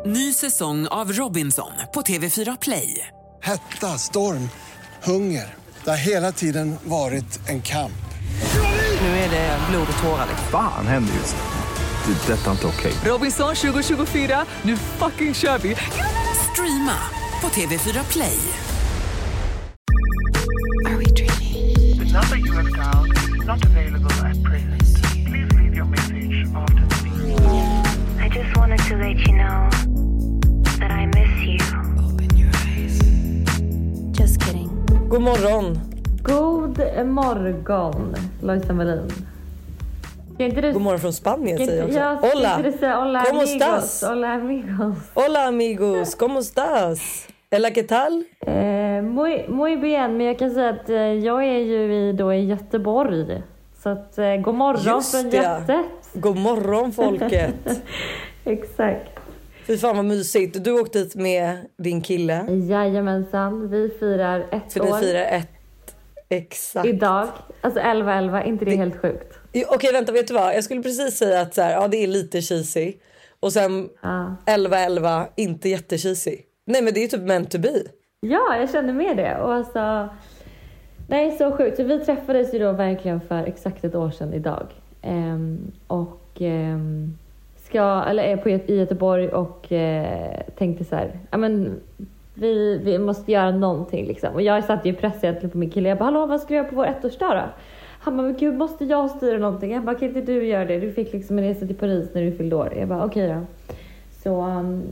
Ny säsong av Robinson på TV4 Play. Hetta, storm, hunger. Det har hela tiden varit en kamp. Nu är det blod och tårar. Fan händer just nu. Det. Detta är inte okej. Robinson 2024, nu fucking kör vi. Streama på TV4 Play. Are we dreaming? The number you have dialed not available at present. Please leave your message after the beep. I just wanted to let you know that I miss you. Open your eyes. Just kidding. God morgon. God morgon, Lojsan Wallin. God morgon från Spanien säger jag också. Hola. Hola ¿Cómo amigos. estás? Hola amigos. Hola amigos, ¿cómo estás? Ella, ¿qué tal? Muy bien, men jag kan säga att jag är ju i Göteborg. Så att god morgon från Götet. God morgon folket. Exakt. Fy fan vad mysigt. Du åkte hit med din kille. Jajamensan, vi firar ett för år. För ni firar ett. Exakt. Idag, alltså 11-11, inte det helt sjukt? Okej, vänta, vet du vad? Jag skulle precis säga att så här, ja, det är lite cheesy. Och sen 11-11, inte jättecheesy. Nej, men det är typ meant to be. Ja, jag känner med det. Och alltså, nej, så sjukt. Så vi träffades ju då verkligen för exakt ett år sedan idag. Är i Göteborg och tänkte så här, ja men vi måste göra någonting liksom. Och jag satt ju pressad på min kille. Jag bara, hallå, vad ska vi göra på vår ettårsdag då? Han bara, men gud, måste jag styra någonting? Jag bara, kan inte du göra det? Du fick liksom en resa till Paris när du fyllde år. Jag bara, okej då. Så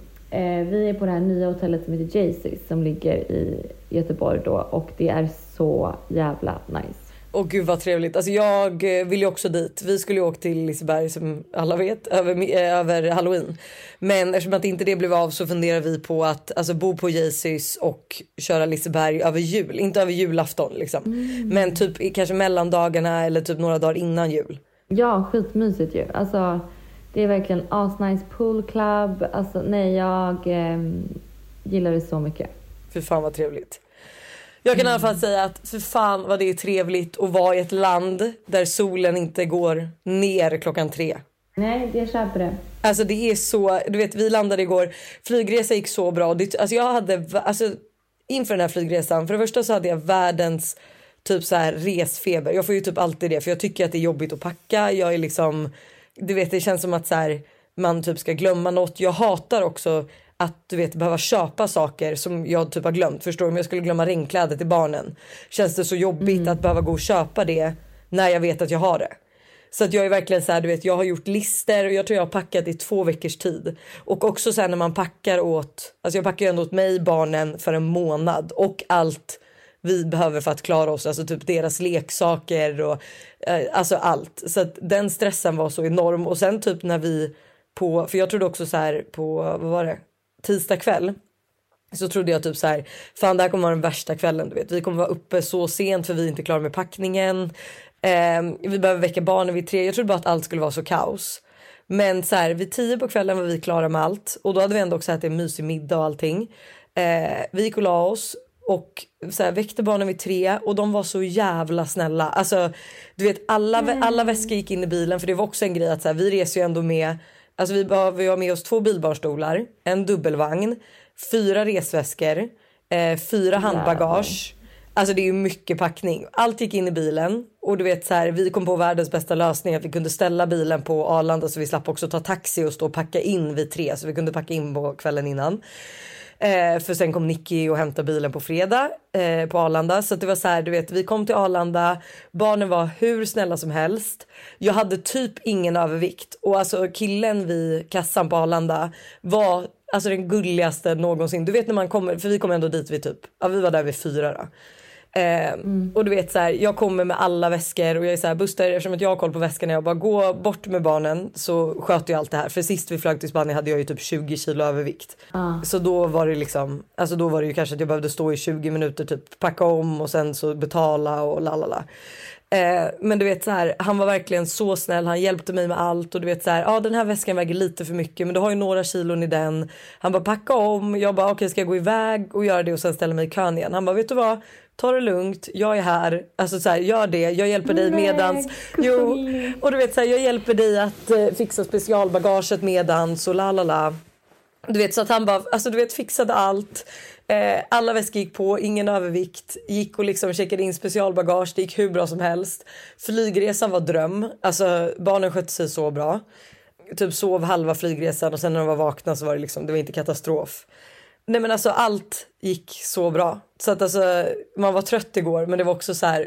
vi är på det här nya hotellet som heter Jaycees som ligger i Göteborg då. Och det är så jävla nice. Och gud vad trevligt. Alltså jag vill ju också dit. Vi skulle ju åka till Liseberg som alla vet över Halloween. Men eftersom att inte det blev av så funderar vi på att alltså, bo på Jaycees och köra Liseberg över jul. Inte över julafton liksom. Men typ kanske mellandagarna eller typ några dagar innan jul. Ja, skitmysigt ju. Alltså det är verkligen asnice pool club. Alltså nej, jag gillar det så mycket. För fan vad trevligt. Jag kan i alla fall säga att för fan vad det är trevligt att vara i ett land där solen inte går ner 3:00. Nej, jag köper det. Alltså det är så, du vet, vi landade igår, flygresa gick så bra. Alltså jag hade, inför den här flygresan, för det första så hade jag världens typ så här resfeber. Jag får ju typ alltid det, för jag tycker att det är jobbigt att packa. Jag är liksom, du vet, det känns som att så här, man typ ska glömma något. Jag hatar också att du vet behöva köpa saker som jag typ har glömt. Förstår du? Om jag skulle glömma regnkläder till barnen, känns det så jobbigt att behöva gå och köpa det när jag vet att jag har det. Så att jag är verkligen så här, du vet, jag har gjort lister och jag tror jag har packat i 2 veckors tid. Och också så här när man packar åt, alltså jag packar ju ändå åt mig, barnen för en månad och allt vi behöver för att klara oss, alltså typ deras leksaker och alltså allt. Så att den stressen var så enorm. Och sen typ när vi för jag trodde också så här på, vad var det? Tisdag kväll så trodde jag typ så här, fan det här kommer vara den värsta kvällen, du vet. Vi kommer vara uppe så sent för vi är inte klara med packningen. Vi behöver väcka barnen vid 3. Jag trodde bara att allt skulle vara så kaos. Men så här, vid 10 på kvällen var vi klara med allt. Och då hade vi ändå också ätit en mysig middag och allting. Vi gick och la oss och så här, väckte barnen vid 3 och de var så jävla snälla. Alltså du vet, alla väskor gick in i bilen, för det var också en grej att så här, vi reser ju ändå med. Alltså vi har med oss 2 bilbarnstolar, en dubbelvagn, 4 resväskor, 4 handbagage. Alltså det är ju mycket packning. Allt gick in i bilen. Och du vet så här, vi kom på världens bästa lösning, att vi kunde ställa bilen på Arlanda så vi slapp också ta taxi och stå och packa in vid 3. Så vi kunde packa in på kvällen innan. För sen kom Nicky och hämtade bilen på fredag på Arlanda. Så att det var så här, du vet, vi kom till Arlanda. Barnen var hur snälla som helst. Jag hade typ ingen övervikt. Och alltså killen vid kassan på Arlanda var alltså den gulligaste någonsin. Du vet när man kommer, för vi kom ändå dit vid typ, ja vi var där vid 4 då. Och du vet så här, jag kommer med alla väskor och jag är så här, Buster, eftersom att jag har koll på väskorna, jag bara gå bort med barnen så sköter jag allt det här. För sist vi flög till Spanien hade jag ju typ 20 kilo övervikt. Så då var det liksom, alltså då var det ju kanske att jag behövde stå i 20 minuter typ, packa om och sen så betala och lalala. Men du vet så här, han var verkligen så snäll, han hjälpte mig med allt. Och du vet så här, ja den här väskan väger lite för mycket, men du har ju några kilon i den. Han bara packa om, jag bara okej, ska jag gå iväg och göra det och sen ställa mig i kön igen. Han bara vet du vad, ta det lugnt, jag är här. Alltså så här, gör det, jag hjälper dig medans. Jo, och du vet så här, jag hjälper dig att fixa specialbagaget medans och lalala. Du vet, så att han bara, alltså du vet, fixade allt. Alla väskor gick på, ingen övervikt. Gick och liksom checkade in specialbagage, det gick hur bra som helst. Flygresan var dröm, alltså barnen skötte sig så bra. Typ sov halva flygresan och sen när de var vakna så var det liksom, det var inte katastrof. Nej men alltså allt gick så bra. Så att alltså, man var trött igår men det var också så här,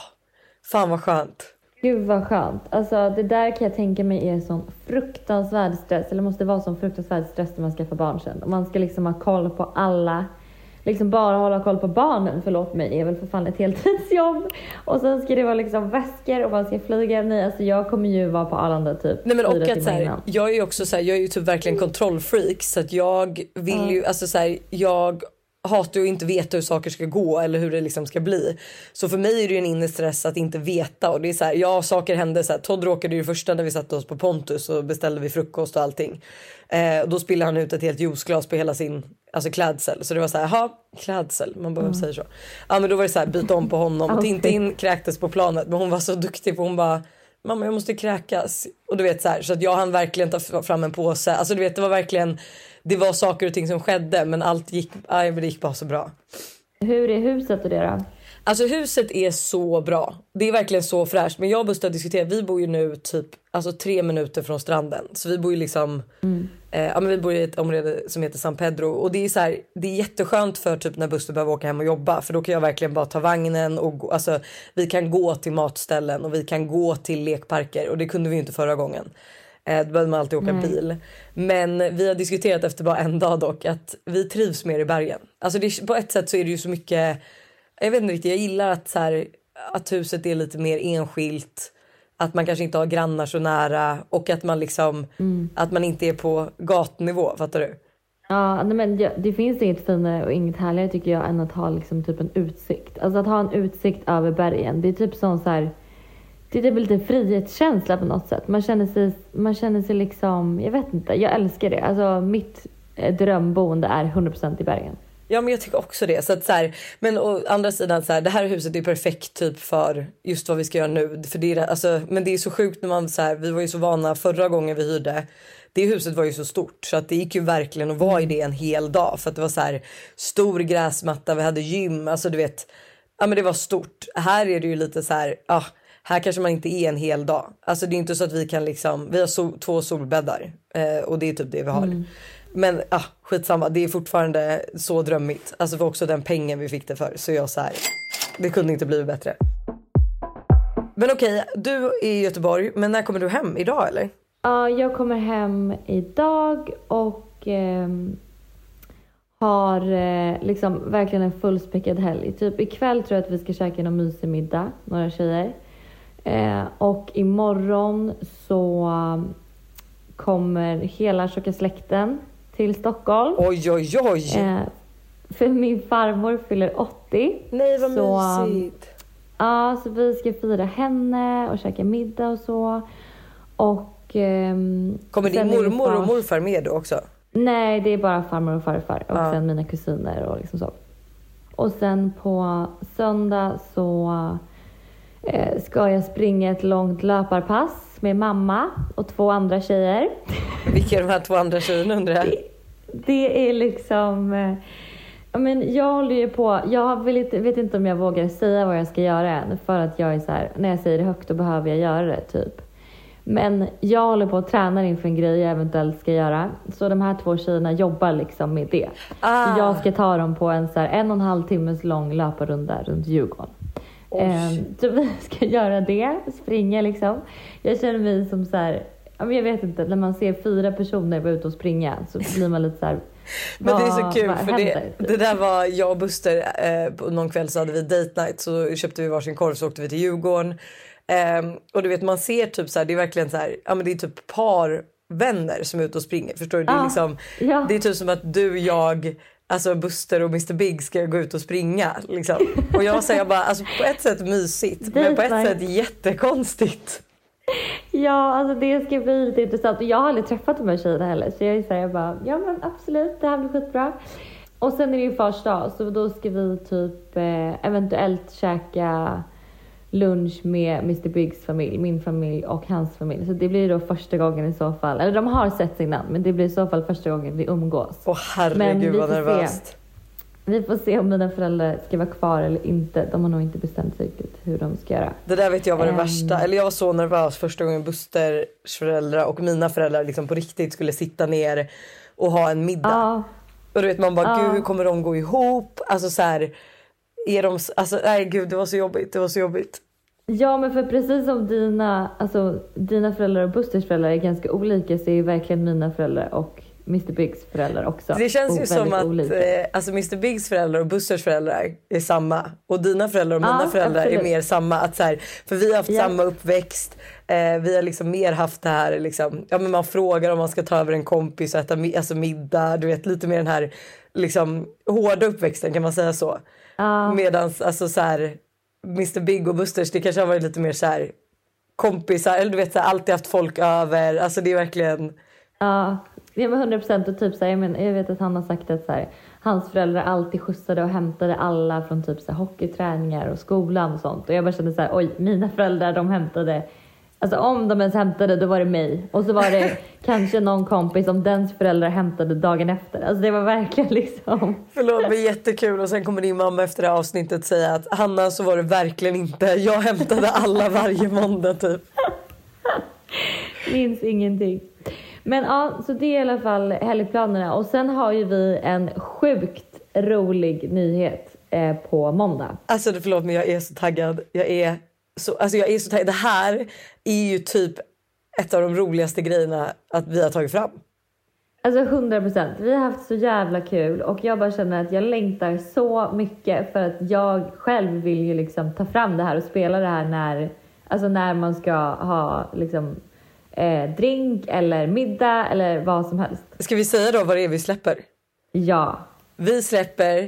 fan vad skönt. Gud vad skönt. Alltså det där kan jag tänka mig är sån fruktansvärd stress. Eller måste vara sån fruktansvärd stress när man ska få barn sen. Och man ska liksom ha koll på alla. Liksom bara hålla koll på barnen, förlåt mig. Det är väl för fan ett heltidsjobb. Och sen ska det vara liksom väskor och man ska flyga. Nej, alltså jag kommer ju vara på Arlanda typ. Nej men och att så här, jag är ju också så här, jag är ju typ verkligen kontrollfreak. Så att jag vill ju, alltså så här, jag hatar ju att inte veta hur saker ska gå eller hur det liksom ska bli. Så för mig är det ju en inre stress att inte veta. Och det är så här, ja saker hände så här. Todd råkade ju första när vi satte oss på Pontus och beställde vi frukost och allting. Då spillde han ut ett helt juiceglas på hela sin klädsel. Så det var så här, ja klädsel, man bara säger så. Ja men då var det så här, byta om på honom. Tintin kräktes på planet men hon var så duktig för hon bara, mamma jag måste kräkas. Och du vet så här, så att jag hann verkligen ta fram en påse. Alltså du vet det var verkligen, det var saker och ting som skedde men allt gick, det gick bara så bra. Hur är huset och det då? Alltså huset är så bra. Det är verkligen så fräscht. Men jag och Buster har diskuterat, vi bor ju nu typ alltså 3 minuter från stranden. Så vi bor ju liksom men vi bor i ett område som heter San Pedro. Och det är så här, det är jätteskönt för typ när Buster behöver åka hem och jobba. För då kan jag verkligen bara ta vagnen och gå, alltså vi kan gå till matställen och vi kan gå till lekparker. Och det kunde vi ju inte förra gången. Då behövde man alltid åka bil. Men vi har diskuterat efter bara en dag dock att vi trivs mer i bergen. Alltså det, på ett sätt så är det ju så mycket, jag vet inte riktigt, jag gillar att, så här, att huset är lite mer enskilt. Att man kanske inte har grannar så nära. Och att man liksom, att man inte är på gatnivå, fattar du? Ja, men det finns inget finare och inget härligare tycker jag än att ha liksom typ en utsikt. Alltså att ha en utsikt över bergen. Det är typ sån så här, det är typ lite frihetskänsla på något sätt. Man känner sig liksom, jag vet inte, jag älskar det. Alltså mitt drömboende är 100% i bergen. Ja men jag tycker också det. Så att, så här, men å andra sidan så här, det här huset är perfekt typ för just vad vi ska göra nu. För det är, alltså, men det är så sjukt när man så här, vi var ju så vana förra gången vi hyrde. Det huset var ju så stort så att det gick ju verkligen att vara i det en hel dag. För att det var så här stor gräsmatta, vi hade gym, alltså du vet. Ja men det var stort. Här är det ju lite så här, här kanske man inte är en hel dag. Alltså det är inte så att vi kan liksom, vi har 2 solbäddar och det är typ det vi har. Men skitsamma, det är fortfarande så drömmigt. Alltså för också den pengen vi fick det för. Så jag så här, det kunde inte bli bättre. Men okej, du är i Göteborg. Men när kommer du hem? Idag eller? Ja, jag kommer hem idag och har liksom verkligen en fullspäckad helg. Typ ikväll tror jag att vi ska käka en mysig middag, några tjejer. Och imorgon så kommer hela tjocka släkten till Stockholm. Oj. För min farmor fyller 80. Nej, vad mysigt. Ja, så vi ska fira henne och käka middag och så. Och kommer din mormor och morfar med då också? Nej, det är bara farmor och farfar. Och sen mina kusiner och liksom så. Och sen på söndag så ska jag springa ett långt löparpass med mamma och 2 andra tjejer. Vilka är de här 2 andra tjejerna undrar jag? Det är liksom... men jag håller ju på... Jag vet inte om jag vågar säga vad jag ska göra än. För att jag är så här... När jag säger det högt då behöver jag göra det typ. Men jag håller på att träna inför en grej jag eventuellt ska göra. Så de här 2 tjejerna jobbar liksom med det. Så jag ska ta dem på en så här 1,5 timmes lång löparrunda runt Djurgården. Så vi ska göra det, springa liksom. Jag känner mig som så här, jag vet inte, när man ser 4 personer vara ute och springa så blir man lite så här. Men det är så kul för det där var jag och Buster på någon kväll så hade vi date night så köpte vi varsin korv så åkte vi till Djurgården. Och du vet man ser typ så här, det är verkligen så här, det är typ par vänner som är ute och springer, förstår du? Det är liksom, det är typ som att du, jag, alltså Buster och Mr. Big ska gå ut och springa liksom. Och jag säger bara, alltså på ett sätt mysigt men på ett sätt jättekonstigt. Ja, alltså det ska bli lite intressant. Och jag har aldrig träffat de här tjejerna heller. Så jag säger bara, ja men absolut, det här blir skitbra. Och sen är det ju första dag, så då ska vi typ eventuellt käka lunch med Mr. Biggs familj, min familj och hans familj. Så det blir då första gången i så fall. Eller de har sett innan, men det blir i så fall första gången vi umgås. Herregud vad nervöst. Vi får se om mina föräldrar ska vara kvar eller inte. De har nog inte bestämt sig riktigt hur de ska göra. Det där vet jag var det värsta. Eller jag var så nervös första gången Busters föräldrar och mina föräldrar liksom på riktigt skulle sitta ner och ha en middag. Och du vet man bara, gud hur kommer de gå ihop? Alltså så här, är de, alltså nej gud det var så jobbigt. Ja, men för precis som dina föräldrar och Busters föräldrar är ganska olika, så är ju verkligen mina föräldrar och Mr. Biggs föräldrar också. Det känns ju som att alltså Mr. Biggs föräldrar och Busters föräldrar är samma. Och dina föräldrar och mina föräldrar absolut. Är mer samma. Att så här, för vi har haft samma uppväxt. Vi har liksom mer haft det här liksom, ja men man frågar om man ska ta över en kompis och äta alltså middag. Du vet lite mer den här liksom hårda uppväxten, kan man säga så. Medans alltså så här Mr. Big och Busters, det kanske har varit lite mer så här kompisar, eller du vet så här, alltid haft folk över. Alltså det är verkligen det var 100% och typ så här, jag vet att han har sagt att så här, hans föräldrar alltid skjutsade och hämtade alla från typ så här, hockeyträningar och skolan och sånt. Och jag bara kände så här, oj, mina föräldrar de hämtade, alltså om de ens hämtade då var det mig. Och så var det kanske någon kompis om dens föräldrar hämtade dagen efter. Alltså det var verkligen liksom. Förlåt, men jättekul. Och sen kommer din mamma efter det här avsnittet säga att Hanna, så var det verkligen inte. Jag hämtade alla varje måndag typ. Minns ingenting. Men ja, så det är i alla fall helgplanerna. Och sen har ju vi en sjukt rolig nyhet på måndag. Alltså förlåt, men jag är så taggad. Jag är så taggad. Det här är ju typ ett av de roligaste grejerna att vi har tagit fram. Alltså 100%. Vi har haft så jävla kul. Och jag bara känner att jag längtar så mycket. För att jag själv vill ju liksom ta fram det här och spela det här när man ska ha liksom drink eller middag eller vad som helst. Ska vi säga då vad det är vi släpper? Ja. Vi släpper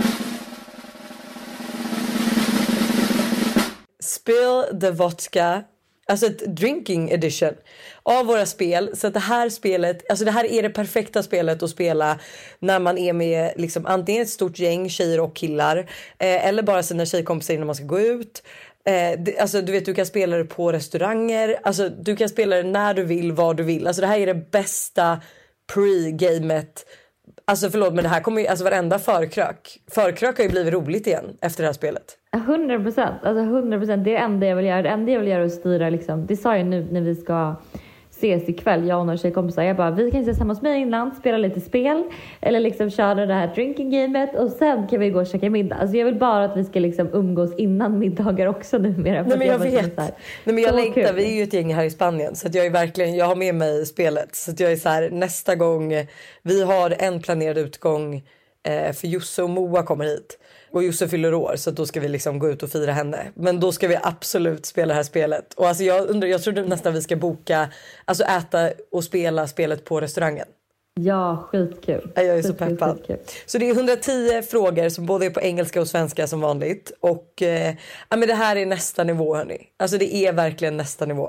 Spill the Vodka, alltså ett drinking edition av våra spel. Så att det här spelet, alltså det här är det perfekta spelet att spela när man är med liksom antingen ett stort gäng tjejer och killar eller bara sina tjejkompisar innan man ska gå ut. Alltså du vet, du kan spela det på restauranger, alltså du kan spela det när du vill, var du vill. Alltså det här är det bästa pre-gamet. Alltså förlåt, men det här kommer ju, alltså varenda förkrök har ju blivit roligt igen efter det här spelet. 100%, alltså 100%, det är det enda jag vill göra. Det enda jag vill göra är att styra liksom. Det sa jag nu när vi ska ses ikväll, jag och några tjejkompisar. Jag bara, vi kan ses hemma hos mig innan, spela lite spel eller liksom köra det här drinking gamet och sen kan vi gå och käka middag. Alltså jag vill bara att vi ska liksom umgås innan middagar också numera. Nej men jag vet. Nej men jag längtar, vi är ju ett gäng här i Spanien så att jag är verkligen, jag har med mig spelet så att jag är så här, nästa gång vi har en planerad utgång för Josse och Moa kommer hit. Och Josse fyller år så då ska vi liksom gå ut och fira henne. Men då ska vi absolut spela det här spelet. Och alltså jag tror nästan vi ska boka, alltså äta och spela spelet på restaurangen. Ja, skitkul. Jag är så peppad. Så det är 110 frågor som både är på engelska och svenska som vanligt. Och men det här är nästa nivå hörni. Alltså det är verkligen nästa nivå.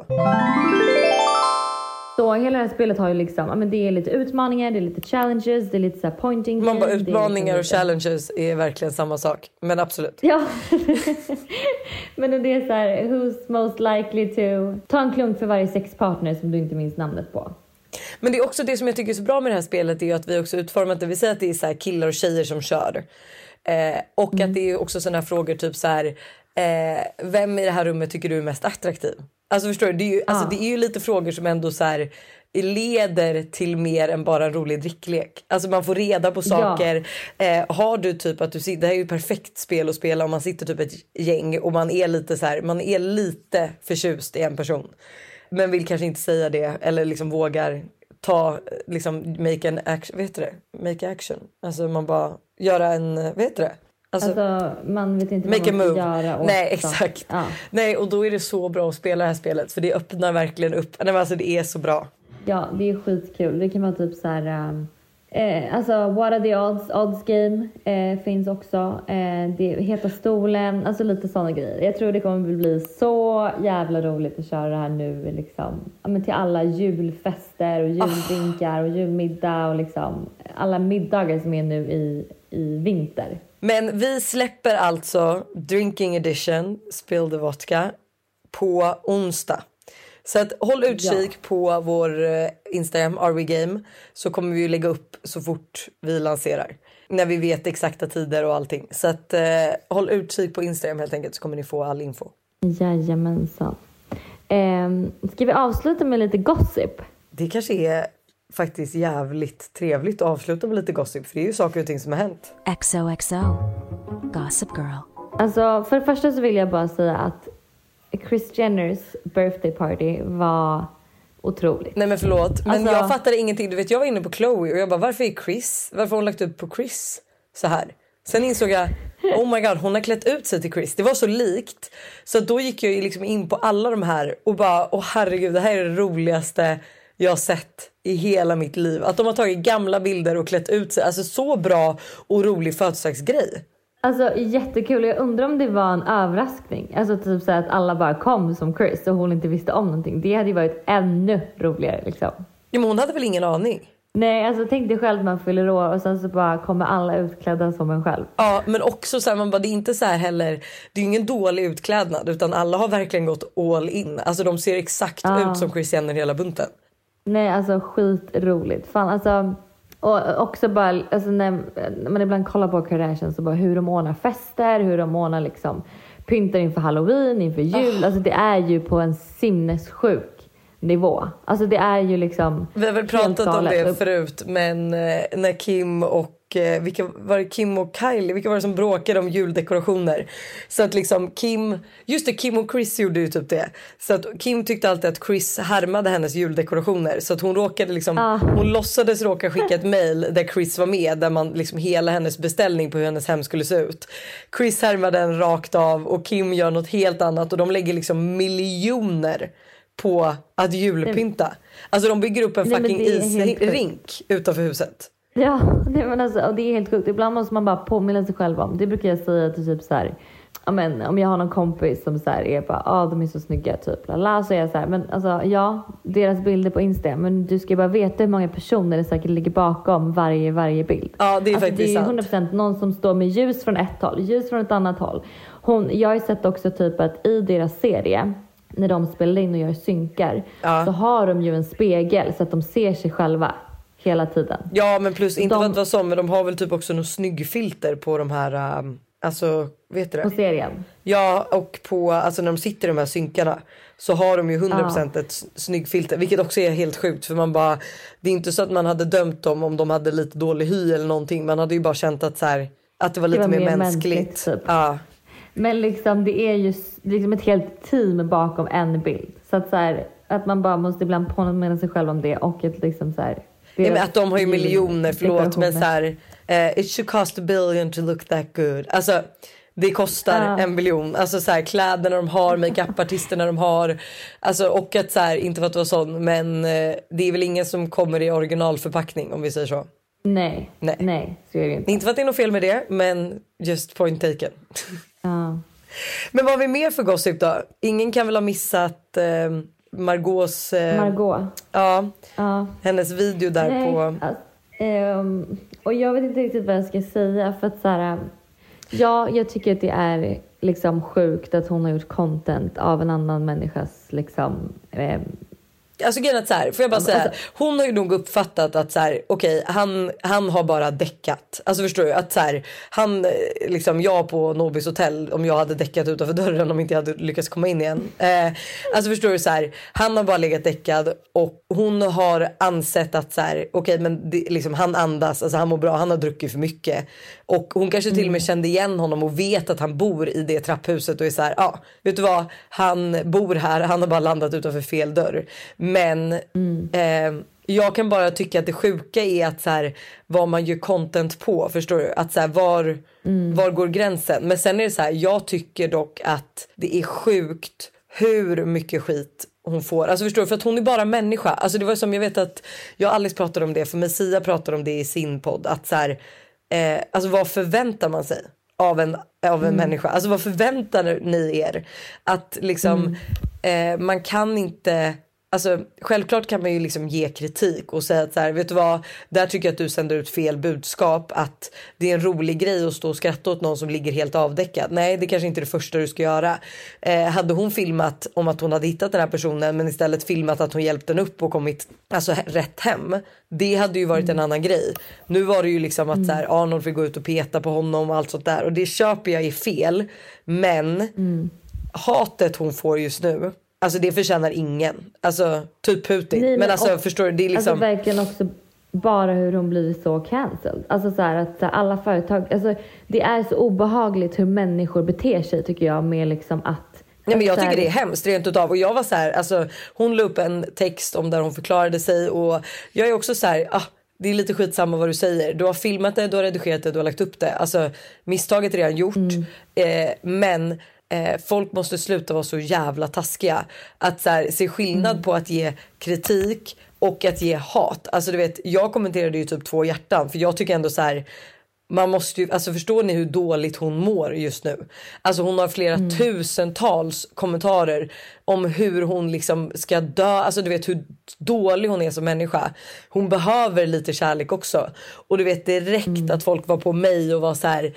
Så hela det här spelet har ju liksom, men det är lite utmaningar, det är lite challenges, det är lite så här pointing. Man bara utmaningar och challenges är verkligen samma sak, men absolut. Ja. Men det är så här, who's most likely to ta en klunk för varje sexpartner som du inte minns namnet på. Men det är också det som jag tycker är så bra med det här spelet är ju att vi också utformat det. Vi säger att det är så här killar och tjejer som kör. Och att det är också sådana här frågor typ så här, vem i det här rummet tycker du är mest attraktiv? Alltså förstår du, det är ju, alltså, det är ju lite frågor som ändå så här leder till mer än bara en rolig dricklek. Alltså man får reda på saker. Har du typ att du sitter, det här är ju perfekt spel att spela om man sitter typ ett gäng och man är lite så här, man är lite förtjust i en person. Men vill kanske inte säga det eller liksom vågar ta liksom make an action, vet du det? Make action. Alltså man bara göra en, vet du det? Alltså man vet inte vad man ska göra. Nej, exakt. Ja. Nej, och då är det så bra att spela det här spelet. För det öppnar verkligen upp. Nej, men alltså det är så bra. Ja, det är skitkul. Det kan vara typ så här... alltså, what are the odds? Odds game finns också. Det heter stolen. Alltså lite sådana grejer. Jag tror det kommer bli så jävla roligt att köra det här nu. Liksom. Ja, men till alla julfester och juldrinkar och julmiddag. Och liksom alla middagar som är nu i vinter. Men vi släpper alltså Drinking Edition, Spill the Vodka. på onsdag. Så att håll utkik på vår Instagram, RWGame, så kommer vi ju lägga upp så fort vi lanserar. När vi vet exakta tider och allting. Så att håll utkik på Instagram helt enkelt, så kommer ni få all info. Jajamensan. Ska vi avsluta med lite gossip? Det kanske är faktiskt jävligt trevligt att avsluta med lite gossip. För det är ju saker och ting som har hänt. XOXO. Gossip Girl. Alltså för det första så vill jag bara säga att Kris Jenners birthday party var otroligt. Nej men förlåt, men alltså, jag fattade ingenting. Du vet, jag var inne på Chloe och jag bara, varför har hon lagt upp på Chris så här? Sen insåg jag, oh my god, hon har klätt ut sig till Chris. Det var så likt. Så då gick jag ju liksom in på alla de här och bara, åh herregud, det här är det roligaste jag har sett i hela mitt liv. Att de har tagit gamla bilder och klätt ut sig. Alltså så bra och rolig födelsedagsgrej. Alltså jättekul. Jag undrar om det var en överraskning. Alltså typ så att alla bara kom som Chris och hon inte visste om någonting. Det hade ju varit ännu roligare liksom. Ja, men hon hade väl ingen aning? Nej, alltså tänk dig själv man fyller år och sen så bara kommer alla utklädda som en själv. Ja, men också så här, man bara, det är inte så här heller, det är ju ingen dålig utklädnad utan alla har verkligen gått all in. Alltså de ser exakt ut som Kris Jenner hela bunten. Nej, alltså skitroligt. Fan, alltså, och också bara, alltså när man ibland kollar på Kardashian så bara hur de ordnar fester, hur de ordnar liksom pyntar inför Halloween, inför jul. Alltså det är ju på en sinnessjuk nivå. Alltså det är ju liksom. Vi har väl pratat om det förut, men när Kim och vilka var det, Kim och Kylie, vilka var det som bråkade om juldekorationer? Så att liksom Kim och Chris gjorde ju typ det. Så att Kim tyckte alltid att Chris härmade hennes juldekorationer, så att hon råkade liksom hon låtsades råka skicka ett mejl där Chris var med, där man liksom hela hennes beställning på hur hennes hem skulle se ut. Chris härmade den rakt av och Kim gör något helt annat och de lägger liksom miljoner på att julpynta. Alltså de bygger upp en fucking isrink utanför huset. Ja, men alltså, och det är helt sjukt. Ibland måste man bara påminna sig själv om. Det brukar jag säga till typ så här, amen, om jag har någon kompis som så här är bara, de är så snygga typ. Så är jag så här, men alltså ja, deras bilder på Insta, men du ska bara veta hur många personer det säkert ligger bakom varje bild. Ja, det är alltså, faktiskt sant. Det är 100% någon som står med ljus från ett håll, ljus från ett annat håll. Jag har ju sett också typ att i deras serie, när de spelar in och gör synkar, så har de ju en spegel så att de ser sig själva hela tiden. Ja, men plus inte för att vara så, men de har väl typ också något snygg filter på de här, alltså, vet du det? På serien. Ja, och på, alltså när de sitter i de här synkarna så har de ju 100% ett snygg filter, vilket också är helt sjukt, för man bara, det är inte så att man hade dömt dem om de hade lite dålig hy eller någonting, man hade ju bara känt att så här, att det var lite mer mänskligt. Typ. Ja. Men liksom det är ju liksom ett helt team bakom en bild. Så att så här, att man bara måste ibland påminna sig själv om det, och att liksom så här, ja, men att de har ju miljoner, förlåt, men så här, it should cost $1 billion to look that good. Alltså det kostar $1 billion. Alltså så här, kläderna de har, makeup-artisterna de har, alltså, och att så här, inte för att vara sån, men det är väl ingen som kommer i originalförpackning, om vi säger så. Nej, så är det inte. Inte för att det är något fel med det, men just point taken. Men vad har vi mer för gossip då? Ingen kan väl ha missat Margaux hennes video där på. Och jag vet inte riktigt vad jag ska säga, för att så här, jag tycker att det är liksom sjukt att hon har gjort content av en annan människas liksom alltså grejen att så här, får jag bara säga, hon har ju nog uppfattat att så här, okej, han har bara däckat. Alltså förstår du att så här, han liksom, jag på Nobis hotell, om jag hade däckat utanför dörren om inte jag hade lyckats komma in igen. Alltså förstår du så här, han har bara legat däckad och hon har ansett att så här, okej, men det, liksom, han andas, alltså han mår bra, han har druckit för mycket. Och hon kanske till och med kände igen honom och vet att han bor i det trapphuset och är så här, vet du vad, han bor här, han har bara landat utanför fel dörr. Men jag kan bara tycka att det sjuka är att så här, vad man gör content på, förstår du? Att så här, var går gränsen? Men sen är det så här, jag tycker dock att det är sjukt hur mycket skit hon får. Alltså förstår du? För att hon är bara människa. Alltså det var som, jag vet att jag aldrig pratade om det, för Messia pratade om det i sin podd. Att så här, alltså vad förväntar man sig av en människa? Alltså vad förväntar ni er? Att liksom man kan inte alltså självklart kan man ju liksom ge kritik och säga att så här, vet du vad, där tycker jag att du sänder ut fel budskap, att det är en rolig grej att stå och skratta åt någon som ligger helt avdäckad. Nej, det kanske inte är det första du ska göra. Hade hon filmat om att hon hade hittat den här personen men istället filmat att hon hjälpte den upp och kommit alltså rätt hem, det hade ju varit en annan grej. Nu var det ju liksom att så här, Arnold fick gå ut och peta på honom och allt sånt där, och det köper jag är fel, men hatet hon får just nu, alltså det förtjänar ingen. Alltså typ Putin. Nej, men alltså förstår du, det är liksom... Alltså verkligen också bara hur hon blir så cancelled. Alltså så här att så här, alla företag... Alltså det är så obehagligt hur människor beter sig tycker jag, med liksom att... Nej, men jag tycker det är hemskt rent utav. Och jag var så här, alltså hon la upp en text om där hon förklarade sig, och jag är också så här, det är lite skitsamma vad du säger. Du har filmat det, du har redigerat det, du har lagt upp det. Alltså misstaget är redan gjort. Men folk måste sluta vara så jävla taskiga. Att så här, se skillnad på att ge kritik och att ge hat. Alltså du vet, jag kommenterade ju typ 2 hjärtan, för jag tycker ändå så här, man måste ju, alltså förstår ni hur dåligt hon mår just nu? Alltså hon har flera tusentals kommentarer om hur hon liksom ska dö. Alltså du vet hur dålig hon är som människa. Hon behöver lite kärlek också. Och du vet direkt att folk var på mig och var så här...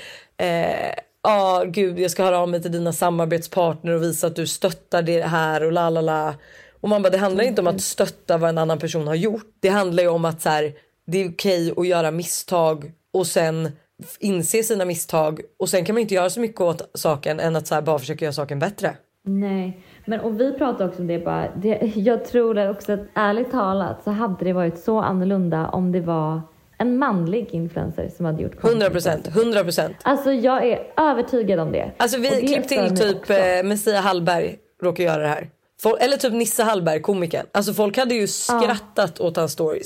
gud, jag ska höra av mig till dina samarbetspartner och visa att du stöttar det här och lalala. Och man bara, det handlar inte om att stötta vad en annan person har gjort. Det handlar ju om att så här, det är okej att göra misstag och sen inse sina misstag, och sen kan man inte göra så mycket åt saken än att så här, bara försöka göra saken bättre. Nej, men och vi pratar också om det bara. Jag tror också att ärligt talat så hade det varit så annorlunda om det var en manlig influencer som hade gjort 100%. Alltså jag är övertygad om det. Alltså vi klipp till typ Messia Hallberg råkar göra det här. Eller typ Nisse Hallberg, komikern. Alltså folk hade ju skrattat åt hans stories.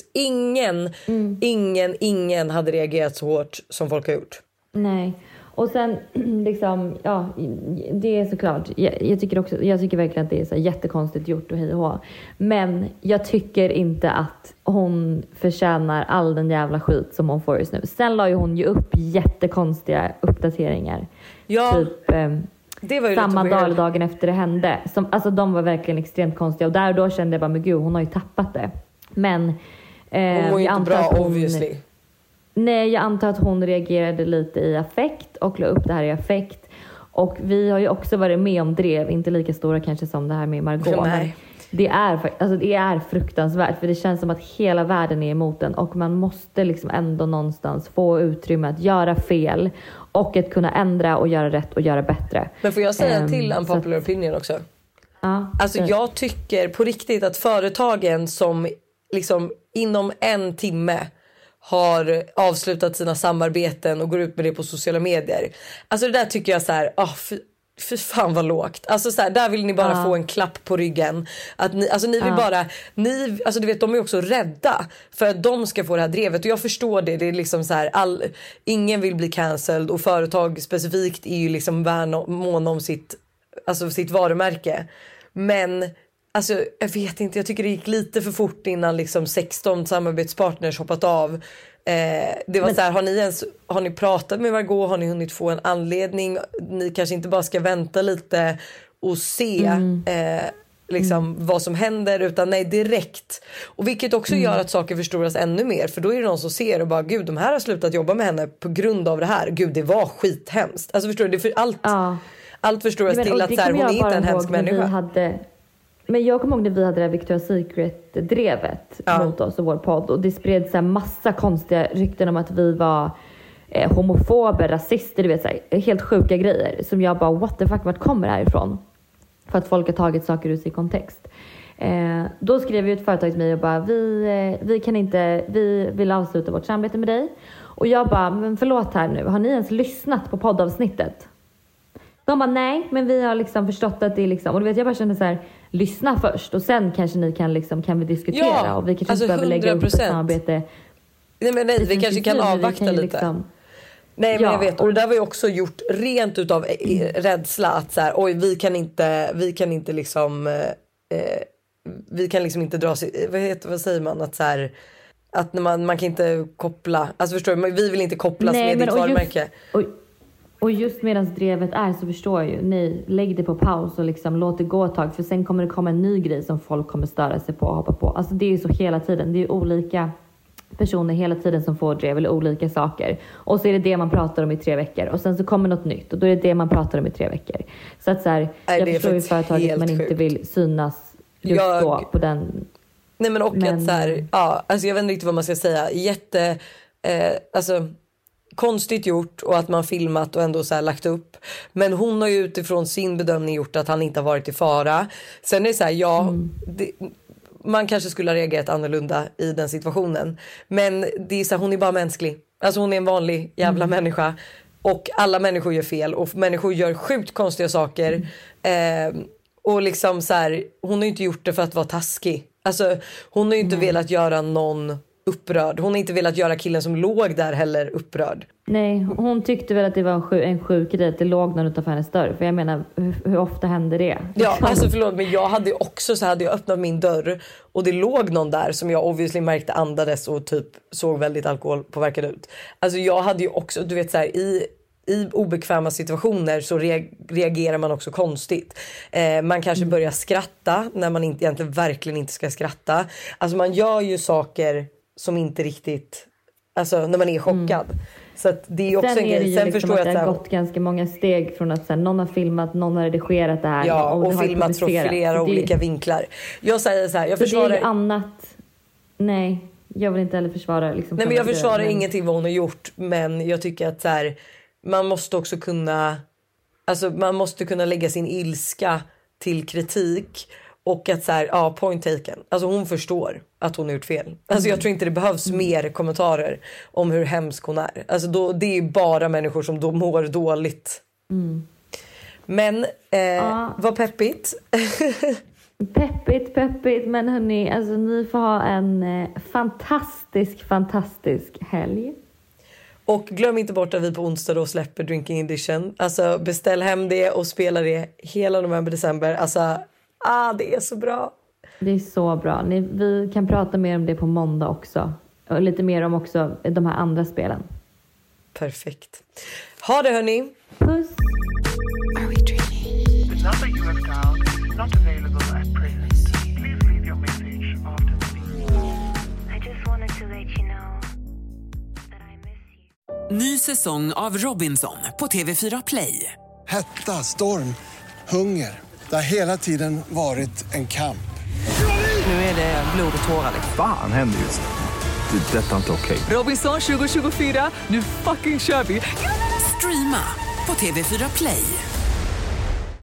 Ingen hade reagerat så hårt som folk har gjort. Nej. Och sen liksom, ja, det är såklart. Jag tycker verkligen att det är så jättekonstigt gjort och hej och hå. Men jag tycker inte att hon förtjänar all den jävla skit som hon får just nu. Sen la ju hon ju upp jättekonstiga uppdateringar. Ja. Typ det var ju samma dag eller dagen efter det hände. Alltså de var verkligen extremt konstiga. Och där och då kände jag bara, men gud, hon har ju tappat det. Men hon var ju inte bra, obviously. Nej, jag antar att hon reagerade lite i affekt och la upp det här i affekt. Och vi har ju också varit med om drev, inte lika stora kanske som det här med Margot. Nej. Det är fruktansvärt, för det känns som att hela världen är emot den. Och man måste liksom ändå någonstans få utrymme att göra fel och att kunna ändra och göra rätt och göra bättre. Men får jag säga till unpopular opinion också? Alltså jag tycker på riktigt att företagen som liksom inom 1 timme har avslutat sina samarbeten och går ut med det på sociala medier. Alltså det där tycker jag så här, fy fan vad lågt. Alltså så här, där vill ni bara få en klapp på ryggen. Att ni vill bara, alltså du vet, de är också rädda för att de ska få det här drevet. Och jag förstår det, det är liksom så här, ingen vill bli cancelled, och företag specifikt är ju liksom mån om sitt varumärke. Men alltså jag vet inte, jag tycker det gick lite för fort innan liksom 16 samarbetspartners hoppat av. Det var så här, har ni pratat med Margot, har ni hunnit få en anledning? Ni kanske inte bara ska vänta lite och se vad som händer, utan nej, direkt. Och vilket också gör att saker förstoras ännu mer, för då är det någon som ser och bara, gud, de här har slutat jobba med henne på grund av det här. Gud, det var skithemskt. Alltså förstår du, det för allt förstoras till att så här, hon är inte en hemsk människa. Men jag kommer ihåg när vi hade det här Victoria's Secret-drevet mot oss och vår podd. Och det spreds så här massa konstiga rykten om att vi var homofober, rasister, du vet, så här, helt sjuka grejer. Som jag bara, what the fuck, vart kommer det här ifrån? För att folk har tagit saker ur sin kontext. Då skrev ju ett företag till mig och bara, vi vill avsluta vårt samarbete med dig. Och jag bara, men förlåt här nu, har ni ens lyssnat på poddavsnittet? De bara, nej, men vi har liksom förstått att det är liksom, och du vet, jag bara kände så här, lyssna först och sen kanske ni kan vi diskutera, och vi kanske inte behöver lägga upp ett samarbete. Nej, vi kanske kan avvakta lite. Liksom, nej, men jag vet, och det där var ju också gjort rent utav rädsla att så här, oj, vi kan inte liksom vi kan liksom inte dra vad säger man, att så här, att man kan inte koppla, alltså förstår du, vi vill inte kopplas med ditt varumärke. Och just medan drevet är så förstår jag ju. Nej, lägg det på paus och liksom låt det gå ett tag. För sen kommer det komma en ny grej som folk kommer störa sig på och hoppa på. Alltså det är ju så hela tiden. Det är ju olika personer hela tiden som får drev eller olika saker. Och så är det man pratar om i 3 veckor. Och sen så kommer något nytt och då är det man pratar om i 3 veckor. Så att så här, jag förstår ju företaget man inte vill synas just då på den. Nej men och att så här, alltså jag vet inte riktigt vad man ska säga. Alltså konstigt gjort och att man filmat och ändå så här lagt upp. Men hon har ju utifrån sin bedömning gjort att han inte har varit i fara. Sen är det så här, man kanske skulle ha reagerat annorlunda i den situationen. Men det är så här, hon är bara mänsklig. Alltså hon är en vanlig jävla människa. Och alla människor gör fel. Och människor gör sjukt konstiga saker. Och liksom så här, hon har ju inte gjort det för att vara taskig. Alltså hon har ju inte velat göra någon upprörd. Hon har inte velat göra killen som låg där heller upprörd. Nej, hon tyckte väl att det var en sjuk grej att det låg någon utanför hennes dörr. För jag menar, hur ofta händer det? Ja, alltså förlåt, men jag hade också så hade jag öppnat min dörr och det låg någon där som jag obviously märkte andades och typ såg väldigt alkoholpåverkad ut. Alltså jag hade ju också, du vet så här, i obekväma situationer så reagerar man också konstigt. Man kanske börjar skratta när man egentligen verkligen inte ska skratta. Alltså man gör ju saker som inte riktigt, alltså när man är chockad. Så att det är också en grej. Sen liksom förstår jag att det har gått ganska många steg från att så här, någon har filmat, någon har redigerat det här. Ja, och filmat från flera olika vinklar. Jag säger så här, jag försvarar... det är annat. Nej, jag vill inte heller försvara liksom. Nej, men jag försvarar ingenting vad hon har gjort, men jag tycker att så här, man måste också kunna, alltså man måste kunna lägga sin ilska till kritik och att så här, point taken. Alltså hon förstår att hon har gjort fel. Alltså jag tror inte det behövs mer kommentarer om hur hemsk hon är. Alltså då, det är ju bara människor som då mår dåligt. Men vad peppigt. Peppigt, men hörni, alltså ni får ha en fantastisk helg. Och glöm inte bort att vi på onsdag då släpper Drinking Edition. Alltså beställ hem det och spela det hela november-december. Alltså, det är så bra. Det är så bra. Vi kan prata mer om det på måndag också. Och lite mer om också de här andra spelen. Perfekt. Ha det hörni. Puss. The number you have dialed is not available at present. Please leave your message after the beep. I just wanted to let you know that I miss you. Ny säsong av Robinson på TV4 Play. Hetta, storm, hunger. Det har hela tiden varit en kamp. Nu är det blod och tårar. Fan händer just det. Det är detta inte okej. Robinson 2024, nu fucking kör vi. Streama på TV4 Play.